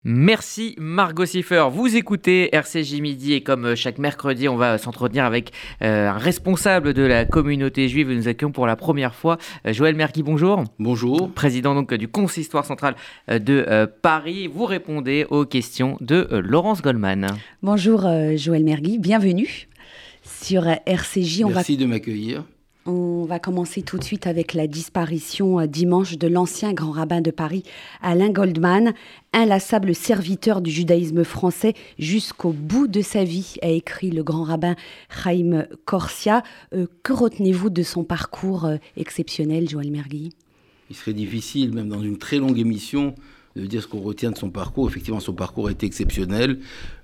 Merci Margot Siffer. Vous écoutez RCJ Midi et comme chaque mercredi, on va s'entretenir avec un responsable de la communauté juive. Nous accueillons pour la première fois Joël Mergui. Bonjour. Bonjour. Président donc du Consistoire central de Paris. Vous répondez aux questions de Laurence Goldman. Bonjour Joël Mergui, bienvenue sur RCJ. Merci de m'accueillir. On va commencer tout de suite avec la disparition dimanche de l'ancien grand rabbin de Paris, Alain Goldman, inlassable serviteur du judaïsme français jusqu'au bout de sa vie, a écrit le grand rabbin Chaim Korsia. Que retenez-vous de son parcours exceptionnel, Joël Mergui ? Il serait difficile, même dans une très longue émission, de dire ce qu'on retient de son parcours. Effectivement, son parcours a été exceptionnel.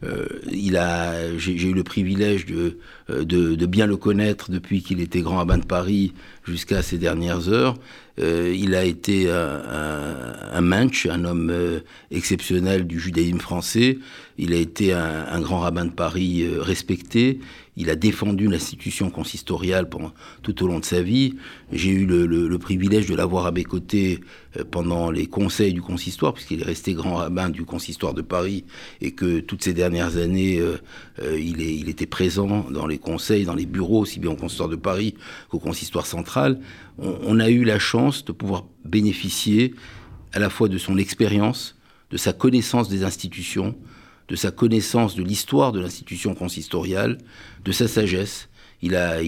J'ai eu le privilège de bien le connaître depuis qu'il était grand rabbin de Paris jusqu'à ces dernières heures. Il a été un mensch, un homme exceptionnel du judaïsme français. Il a été un grand rabbin de Paris respecté. Il a défendu l'institution consistoriale tout au long de sa vie. J'ai eu le privilège de l'avoir à mes côtés pendant les conseils du consistoire, puisqu'il est resté grand rabbin du consistoire de Paris et que toutes ces dernières années, il était présent dans les conseils, dans les bureaux, aussi bien au consistoire de Paris qu'au consistoire central. On a eu la chance de pouvoir bénéficier à la fois de son expérience, de sa connaissance des institutions, de sa connaissance de l'histoire de l'institution consistoriale, de sa sagesse. Il a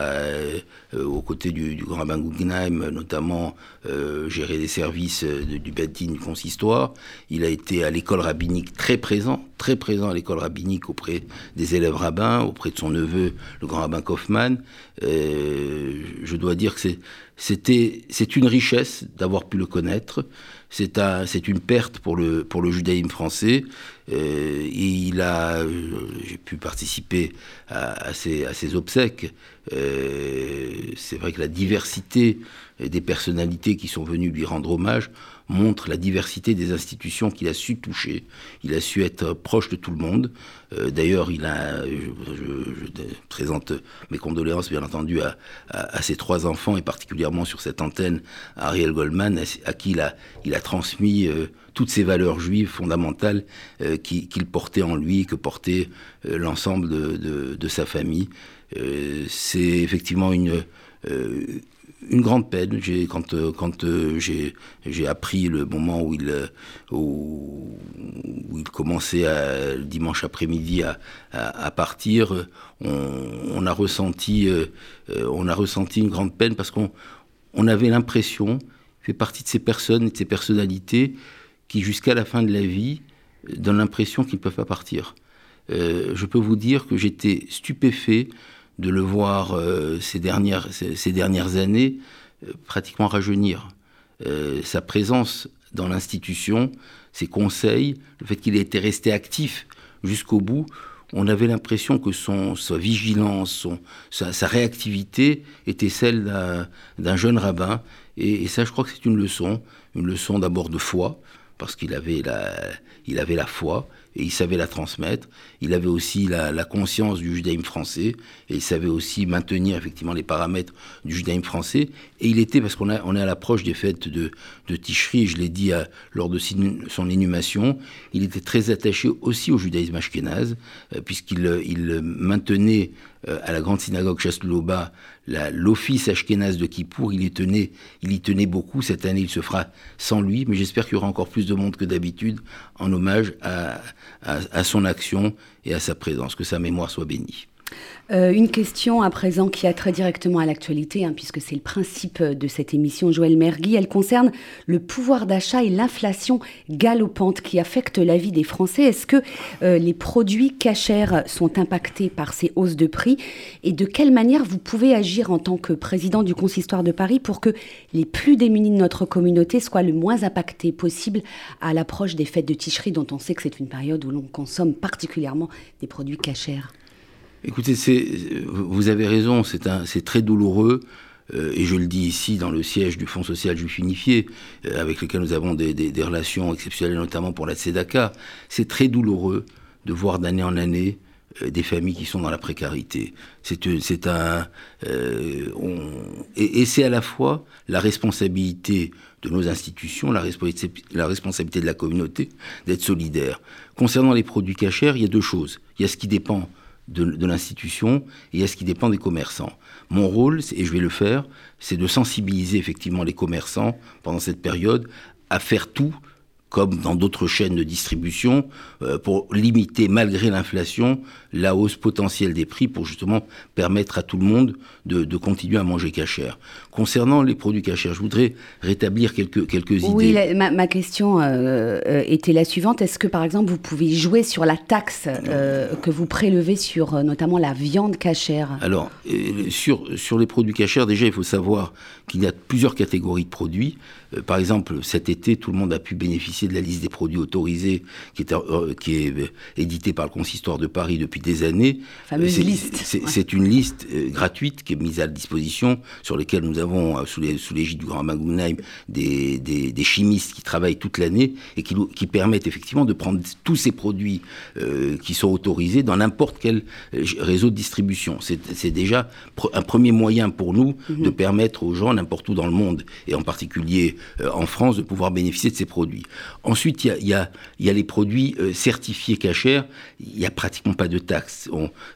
aux côtés du grand rabbin Guggenheim, notamment, géré les services du Beit Din du consistoire. Il a été à l'école rabbinique très présent à l'école rabbinique auprès des élèves rabbins, auprès de son neveu, le grand rabbin Kaufmann. Je dois dire que c'est une richesse d'avoir pu le connaître. C'est une perte pour le judaïsme français. Et j'ai pu participer à ses obsèques. C'est vrai que la diversité des personnalités qui sont venues lui rendre hommage montre la diversité des institutions qu'il a su toucher. Il a su être proche de tout le monde. D'ailleurs, je présente mes condoléances, bien entendu, à ses 3 enfants, et particulièrement sur cette antenne, à Ariel Goldman, à qui il a transmis toutes ces valeurs juives fondamentales qu'il portait en lui, que portait l'ensemble de sa famille. C'est effectivement une grande peine. Quand j'ai appris le moment où il commençait le dimanche après-midi à partir, on a ressenti une grande peine parce qu'on avait l'impression, il fait partie de ces personnes et de ces personnalités qui, jusqu'à la fin de la vie, donnent l'impression qu'ils ne peuvent pas partir. Je peux vous dire que j'étais stupéfait de le voir ces dernières années pratiquement rajeunir. Sa présence dans l'institution, ses conseils, le fait qu'il ait été resté actif jusqu'au bout, on avait l'impression que sa vigilance, sa réactivité était celle d'un jeune rabbin. Et ça, je crois que c'est une leçon d'abord de foi, parce qu'il avait la foi, et il savait la transmettre. Il avait aussi la conscience du judaïsme français, et il savait aussi maintenir effectivement les paramètres du judaïsme français. Et il était, parce qu'on est à l'approche des fêtes de Tishri, je l'ai dit lors de son inhumation, il était très attaché aussi au judaïsme ashkénaze, puisqu'il maintenait à la grande synagogue Chaslouba l'office ashkénaze de Kippour. Il y tenait beaucoup. Cette année, il se fera sans lui, mais j'espère qu'il y aura encore plus de monde que d'habitude en hommage à son action et à sa présence. Que sa mémoire soit bénie. Une question à présent qui a très directement à l'actualité, puisque c'est le principe de cette émission, Joël Mergui. Elle concerne le pouvoir d'achat et l'inflation galopante qui affecte la vie des Français. Est-ce que les produits cachers sont impactés par ces hausses de prix? Et de quelle manière vous pouvez agir en tant que président du Consistoire de Paris pour que les plus démunis de notre communauté soient le moins impactés possible à l'approche des fêtes de Tishri, dont on sait que c'est une période où l'on consomme particulièrement des produits cachers? Écoutez, vous avez raison, c'est très douloureux, et je le dis ici dans le siège du Fonds social juif unifié, avec lequel nous avons des relations exceptionnelles, notamment pour la Tzedaka. C'est très douloureux de voir d'année en année des familles qui sont dans la précarité. Et c'est à la fois la responsabilité de nos institutions, la responsabilité de la communauté d'être solidaire. Concernant les produits cachers, il y a deux choses. Il y a ce qui dépend de l'institution et il y a ce qui dépend des commerçants. Mon rôle, et je vais le faire, c'est de sensibiliser effectivement les commerçants pendant cette période à faire tout, comme dans d'autres chaînes de distribution, pour limiter, malgré l'inflation, la hausse potentielle des prix, pour justement permettre à tout le monde de continuer à manger cachère. Concernant les produits cachers, je voudrais rétablir quelques idées. Oui, ma question était la suivante. Est-ce que, par exemple, vous pouvez jouer sur la taxe que vous prélevez sur notamment la viande cachère ? Alors, sur les produits cachers, déjà, il faut savoir qu'il y a plusieurs catégories de produits. Par exemple, cet été, tout le monde a pu bénéficier de la liste des produits autorisés qui est éditée par le Consistoire de Paris depuis des années. Fameuse liste. C'est une liste gratuite qui est mise à disposition, sur laquelle nous avons, sous l'égide du Grand Rabbin Guggenheim, des chimistes qui travaillent toute l'année et qui permettent effectivement de prendre tous ces produits qui sont autorisés dans n'importe quel réseau de distribution. C'est déjà un premier moyen pour nous de permettre aux gens, n'importe où dans le monde, et en particulier en France, de pouvoir bénéficier de ces produits. Ensuite, il y a les produits certifiés cachers. Il n'y a pratiquement pas de taxes.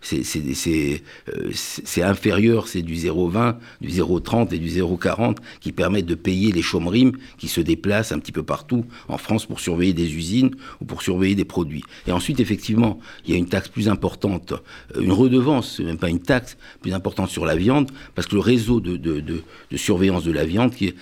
C'est inférieur, c'est du 0,20, du 0,30 et du 0,40 qui permettent de payer les chômerimes qui se déplacent un petit peu partout en France pour surveiller des usines ou pour surveiller des produits. Et ensuite, effectivement, il y a une taxe plus importante, une redevance, même pas une taxe, plus importante sur la viande, parce que le réseau de surveillance de la viande, qui est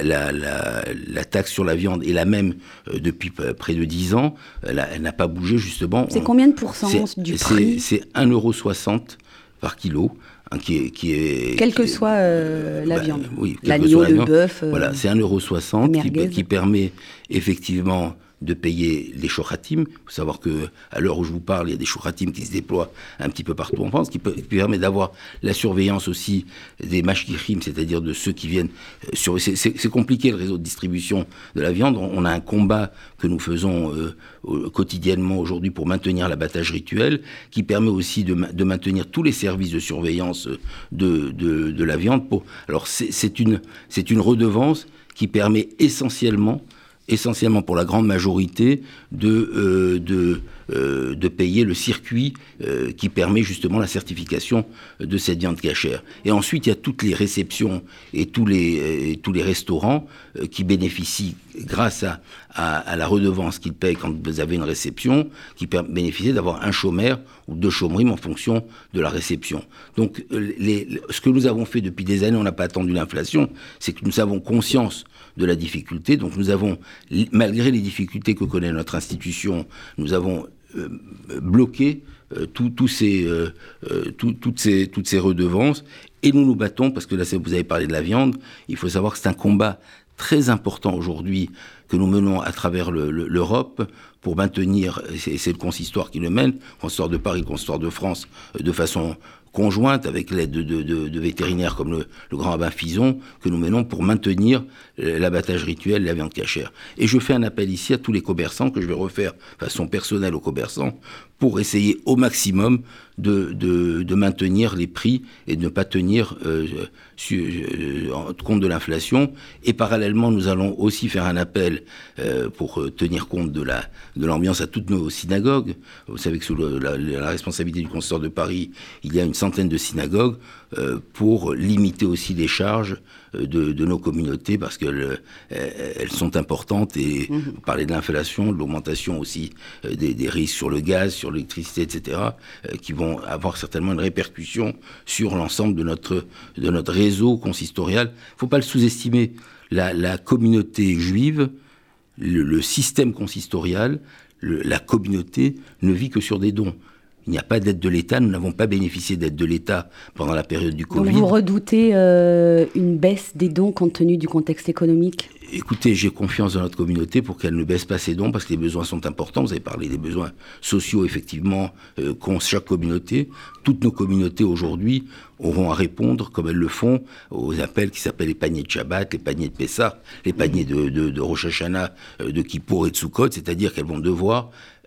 la taxe sur la viande est la même depuis près de 10 ans, elle n'a pas bougé justement. C'est combien de pourcents du prix ? C'est 1,60 € par kilo. Qui est quelle que soit la viande, oui, l'agneau, le bœuf. Voilà, c'est 1,60 € qui permet effectivement de payer les chouratim. Il faut savoir qu'à l'heure où je vous parle, il y a des chouratim qui se déploient un petit peu partout en France, qui permet d'avoir la surveillance aussi des mashgichim, c'est-à-dire de ceux qui viennent c'est compliqué le réseau de distribution de la viande. On a un combat que nous faisons quotidiennement aujourd'hui pour maintenir l'abattage rituel, qui permet aussi de maintenir tous les services de surveillance de la viande. Alors c'est une redevance qui permet essentiellement pour la grande majorité de payer le circuit qui permet justement la certification de cette viande cachère. Et ensuite, il y a toutes les réceptions et tous les restaurants qui bénéficient, grâce à la redevance qu'ils payent quand vous avez une réception, qui bénéficient d'avoir un chômeur ou deux chômerimes en fonction de la réception. Donc, ce que nous avons fait depuis des années, on n'a pas attendu l'inflation, c'est que nous avons conscience de la difficulté. Donc nous avons, malgré les difficultés que connaît notre institution, nous avons bloqué toutes ces redevances, et nous nous battons, parce que là vous avez parlé de la viande, il faut savoir que c'est un combat très important aujourd'hui que nous menons à travers l'Europe pour maintenir, c'est le consistoire qui le mène, le consistoire de Paris, le consistoire de France, de façon conjointe avec l'aide de vétérinaires comme le grand rabbin Fison, que nous menons pour maintenir l'abattage rituel, la viande cachère. Et je fais un appel ici à tous les commerçants, que je vais refaire de façon personnelle aux commerçants, pour essayer au maximum de maintenir les prix et de ne pas tenir compte de l'inflation. Et parallèlement, nous allons aussi faire un appel pour tenir compte de l'ambiance à toutes nos synagogues. Vous savez que sous la responsabilité du consistoire de Paris, il y a une centaine de synagogues pour limiter aussi les charges de nos communautés, parce qu'elles sont importantes, et vous parlez de l'inflation, de l'augmentation aussi des risques sur le gaz, sur l'électricité, etc., qui vont avoir certainement une répercussion sur l'ensemble de notre réseau consistorial. Il ne faut pas le sous-estimer. La communauté juive, le système consistorial, la communauté ne vit que sur des dons. Il n'y a pas d'aide de l'État, nous n'avons pas bénéficié d'aide de l'État pendant la période du Covid. Donc vous redoutez une baisse des dons compte tenu du contexte économique ? Écoutez, j'ai confiance dans notre communauté pour qu'elle ne baisse pas ses dons, parce que les besoins sont importants. Vous avez parlé des besoins sociaux, effectivement, qu'ont chaque communauté. Toutes nos communautés, aujourd'hui, auront à répondre, comme elles le font, aux appels qui s'appellent les paniers de Shabbat, les paniers de Pessah, les paniers de Rosh Hashanah, de Kippour et de Sukkot, c'est-à-dire qu'elles vont devoir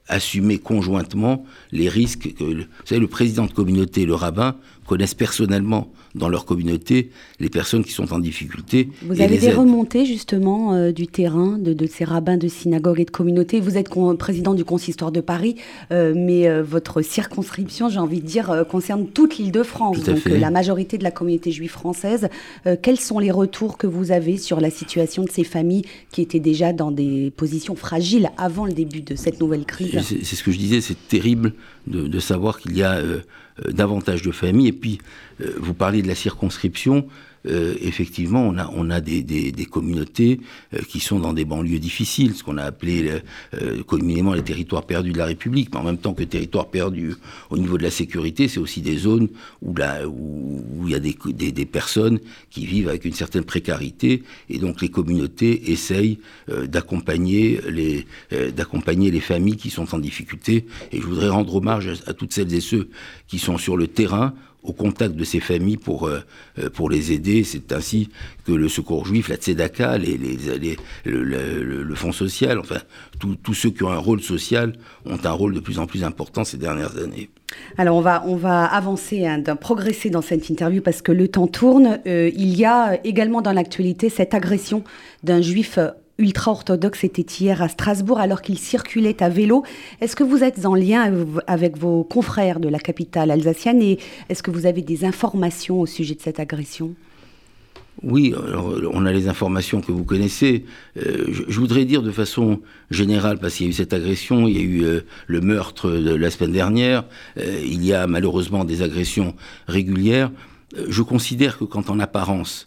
assumer conjointement les risques que, vous savez, le président de communauté et le rabbin connaissent personnellement dans leur communauté les personnes qui sont en difficulté. Vous avez des remontées justement du terrain, de ces rabbins de synagogues et de communautés. Vous êtes président du consistoire de Paris, mais votre circonscription, j'ai envie de dire, concerne toute l'Île-de-France, donc la majorité de la communauté juive française. Quels sont les retours que vous avez sur la situation de ces familles qui étaient déjà dans des positions fragiles avant le début de cette nouvelle crise? C'est ce que je disais, c'est terrible de savoir qu'il y a davantage de familles. Et puis, vous parlez de la circonscription. Effectivement, on a des communautés qui sont dans des banlieues difficiles, ce qu'on a appelé communément les territoires perdus de la République. Mais en même temps que territoires perdus au niveau de la sécurité, c'est aussi des zones où il y a des personnes qui vivent avec une certaine précarité. Et donc les communautés essayent d'accompagner les familles qui sont en difficulté. Et je voudrais rendre hommage à toutes celles et ceux qui sont sur le terrain, au contact de ces familles pour les aider. C'est ainsi que le Secours Juif, la Tzedaka, le Fonds social, enfin, tous ceux qui ont un rôle social ont un rôle de plus en plus important ces dernières années. Alors on va avancer, progresser dans cette interview parce que le temps tourne. Il y a également dans l'actualité cette agression d'un juif ultra-orthodoxe. C'était hier à Strasbourg alors qu'il circulait à vélo. Est-ce que vous êtes en lien avec vos confrères de la capitale alsacienne et est-ce que vous avez des informations au sujet de cette agression ? Oui, alors, on a les informations que vous connaissez. Je voudrais dire de façon générale, parce qu'il y a eu cette agression, il y a eu le meurtre de la semaine dernière, il y a malheureusement des agressions régulières. Je considère que quand en apparence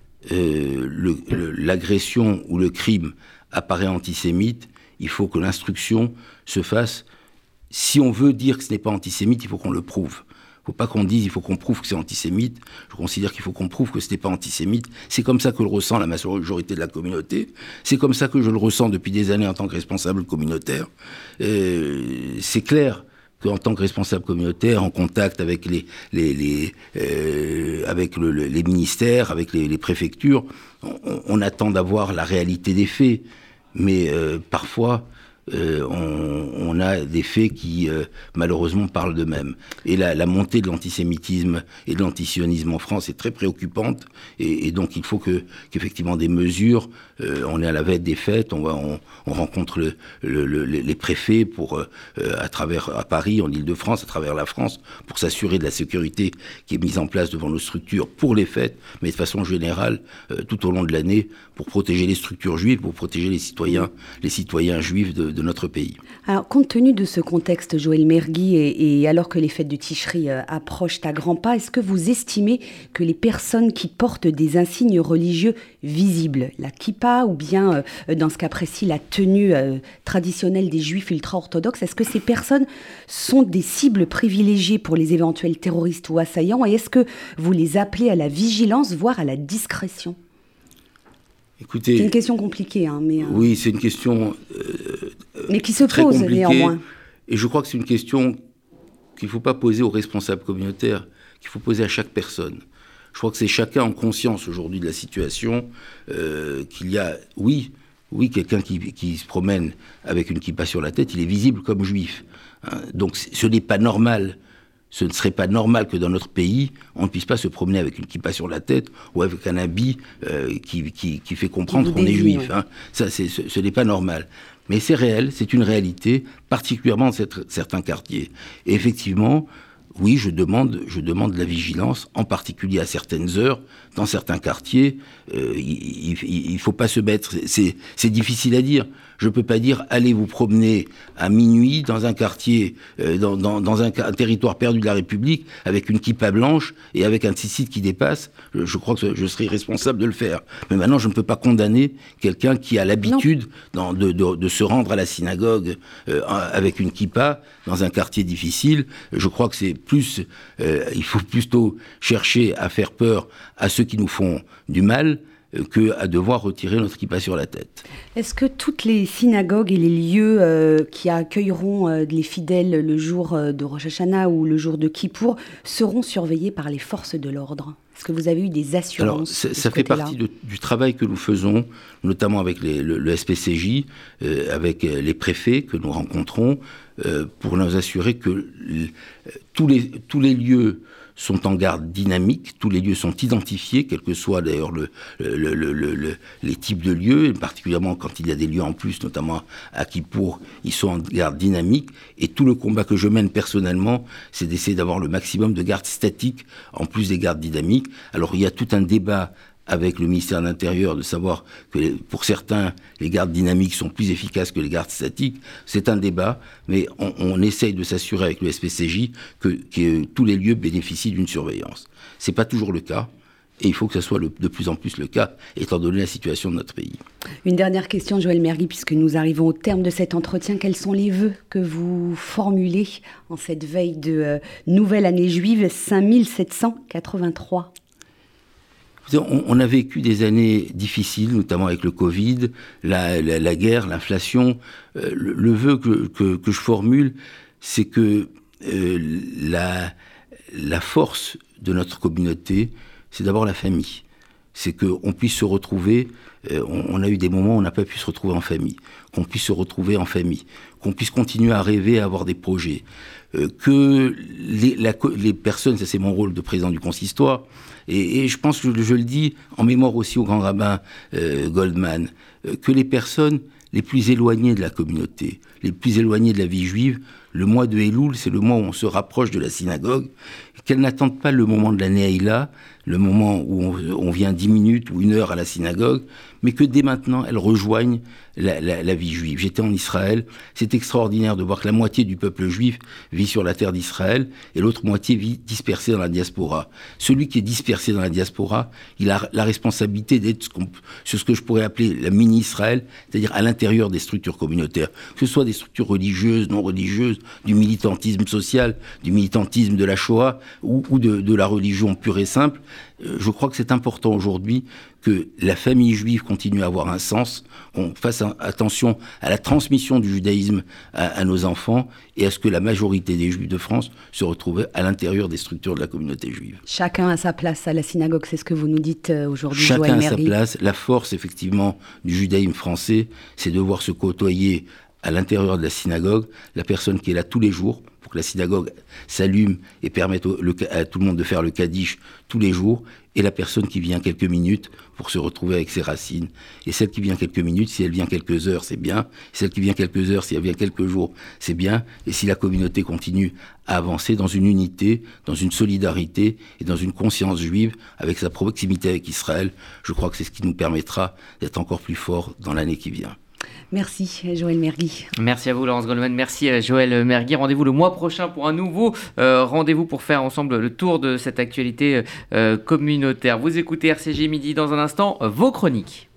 l'agression ou le crime apparaît antisémite, il faut que l'instruction se fasse. Si on veut dire que ce n'est pas antisémite, il faut qu'on le prouve. Il ne faut pas qu'on dise il faut qu'on prouve que c'est antisémite. Je considère qu'il faut qu'on prouve que ce n'est pas antisémite. C'est comme ça que le ressent la majorité de la communauté. C'est comme ça que je le ressens depuis des années en tant que responsable communautaire. C'est clair qu'en tant que responsable communautaire, en contact avec les ministères, avec les préfectures, on attend d'avoir la réalité des faits. Mais parfois, on a des faits qui, malheureusement, parlent d'eux-mêmes. Et la montée de l'antisémitisme et de l'antisionisme en France est très préoccupante. Et donc, il faut qu'effectivement des mesures. On est à la veille des fêtes. On rencontre les préfets à Paris, en Île-de-France, à travers la France, pour s'assurer de la sécurité qui est mise en place devant nos structures pour les fêtes, mais de façon générale, tout au long de l'année, pour protéger les structures juives, pour protéger les citoyens juifs de notre pays. Alors, compte tenu de ce contexte, Joël Mergui, et alors que les fêtes de Tishri approchent à grands pas, est-ce que vous estimez que les personnes qui portent des insignes religieux visibles, la kippa ou bien, dans ce cas précis, la tenue traditionnelle des juifs ultra-orthodoxes, est-ce que ces personnes sont des cibles privilégiées pour les éventuels terroristes ou assaillants, et est-ce que vous les appelez à la vigilance, voire à la discrétion ? Écoutez, c'est une question compliquée, mais... Oui, c'est une question mais qui se pose néanmoins. Et je crois que c'est une question qu'il ne faut pas poser aux responsables communautaires, qu'il faut poser à chaque personne. Je crois que c'est chacun en conscience aujourd'hui de la situation, qu'il y a, oui, quelqu'un qui se promène avec une kippa sur la tête, il est visible comme juif. Hein. Donc ce n'est pas normal. Ce ne serait pas normal que dans notre pays, on ne puisse pas se promener avec une kippa sur la tête ou avec un habit qui fait comprendre qu'on est juif. Hein. Ça, ce n'est pas normal. Mais c'est réel, c'est une réalité, particulièrement dans certains quartiers. Et effectivement, oui, je demande de la vigilance, en particulier à certaines heures, dans certains quartiers. Il ne faut pas se mettre... C'est difficile à dire. Je ne peux pas dire allez vous promener à minuit dans un quartier, dans un territoire perdu de la République, avec une kippa blanche et avec un tzitzit qui dépasse. Je crois que je serais responsable de le faire. Mais maintenant, je ne peux pas condamner quelqu'un qui a l'habitude de se rendre à la synagogue avec une kippa dans un quartier difficile. Je crois que c'est plus... il faut plutôt chercher à faire peur à ceux qui nous font du mal qu'à devoir retirer notre kippa sur la tête. Est-ce que toutes les synagogues et les lieux qui accueilleront les fidèles le jour de Rosh Hashanah ou le jour de Kippour seront surveillés par les forces de l'ordre ? Est-ce que vous avez eu des assurances? Alors, ça fait partie du travail que nous faisons, notamment avec le SPCJ, avec les préfets que nous rencontrons, pour nous assurer que tous les lieux sont en garde dynamique, tous les lieux sont identifiés, quels que soient d'ailleurs les types de lieux, et particulièrement quand il y a des lieux en plus, notamment à Kippour, ils sont en garde dynamique. Et tout le combat que je mène personnellement, c'est d'essayer d'avoir le maximum de gardes statiques en plus des gardes dynamiques. Alors il y a tout un débat avec le ministère de l'Intérieur, de savoir que pour certains, les gardes dynamiques sont plus efficaces que les gardes statiques. C'est un débat, mais on essaye de s'assurer avec le SPCJ que tous les lieux bénéficient d'une surveillance. C'est pas toujours le cas, et il faut que ce soit de plus en plus le cas, étant donné la situation de notre pays. Une dernière question, Joël Mergui, puisque nous arrivons au terme de cet entretien. Quels sont les vœux que vous formulez en cette veille de nouvelle année juive 5783 ? On a vécu des années difficiles, notamment avec le Covid, la guerre, l'inflation. Le vœu que je formule, c'est que la force de notre communauté, c'est d'abord la famille. C'est qu'on puisse se retrouver, on a eu des moments où on n'a pas pu se retrouver en famille, qu'on puisse se retrouver en famille, qu'on puisse continuer à rêver, à avoir des projets, que les personnes, ça c'est mon rôle de président du consistoire, et je pense que je le dis en mémoire aussi au grand rabbin Goldman, que les personnes les plus éloignées de la communauté, les plus éloignées de la vie juive, le mois de Elul, c'est le mois où on se rapproche de la synagogue, qu'elles n'attendent pas le moment de la Nehaïla, le moment où on vient 10 minutes ou 1 heure à la synagogue, mais que dès maintenant, elles rejoignent la vie juive. J'étais en Israël, c'est extraordinaire de voir que la moitié du peuple juif vit sur la terre d'Israël et l'autre moitié vit dispersée dans la diaspora. Celui qui est dispersé dans la diaspora, il a la responsabilité d'être sur ce que je pourrais appeler la mini-Israël, c'est-à-dire à l'intérieur des structures communautaires, que ce soit des structures religieuses, non religieuses, du militantisme social, du militantisme de la Shoah ou de la religion pure et simple. Je crois que c'est important aujourd'hui que la famille juive continue à avoir un sens, qu'on fasse attention à la transmission du judaïsme à nos enfants et à ce que la majorité des juifs de France se retrouvent à l'intérieur des structures de la communauté juive. Chacun a sa place à la synagogue, c'est ce que vous nous dites aujourd'hui, Joël Mergui. Chacun a sa place. La force, effectivement, du judaïsme français, c'est de voir se côtoyer à l'intérieur de la synagogue la personne qui est là tous les jours, pour que la synagogue s'allume et permette à tout le monde de faire le Kaddish tous les jours, et la personne qui vient quelques minutes pour se retrouver avec ses racines. Et celle qui vient quelques minutes, si elle vient quelques heures, c'est bien. Celle qui vient quelques heures, si elle vient quelques jours, c'est bien. Et si la communauté continue à avancer dans une unité, dans une solidarité et dans une conscience juive, avec sa proximité avec Israël, je crois que c'est ce qui nous permettra d'être encore plus forts dans l'année qui vient. Merci Joël Mergui. Merci à vous Laurence Goldman, merci Joël Mergui. Rendez-vous le mois prochain pour un nouveau rendez-vous pour faire ensemble le tour de cette actualité communautaire. Vous écoutez RCJ Midi, dans un instant, vos chroniques.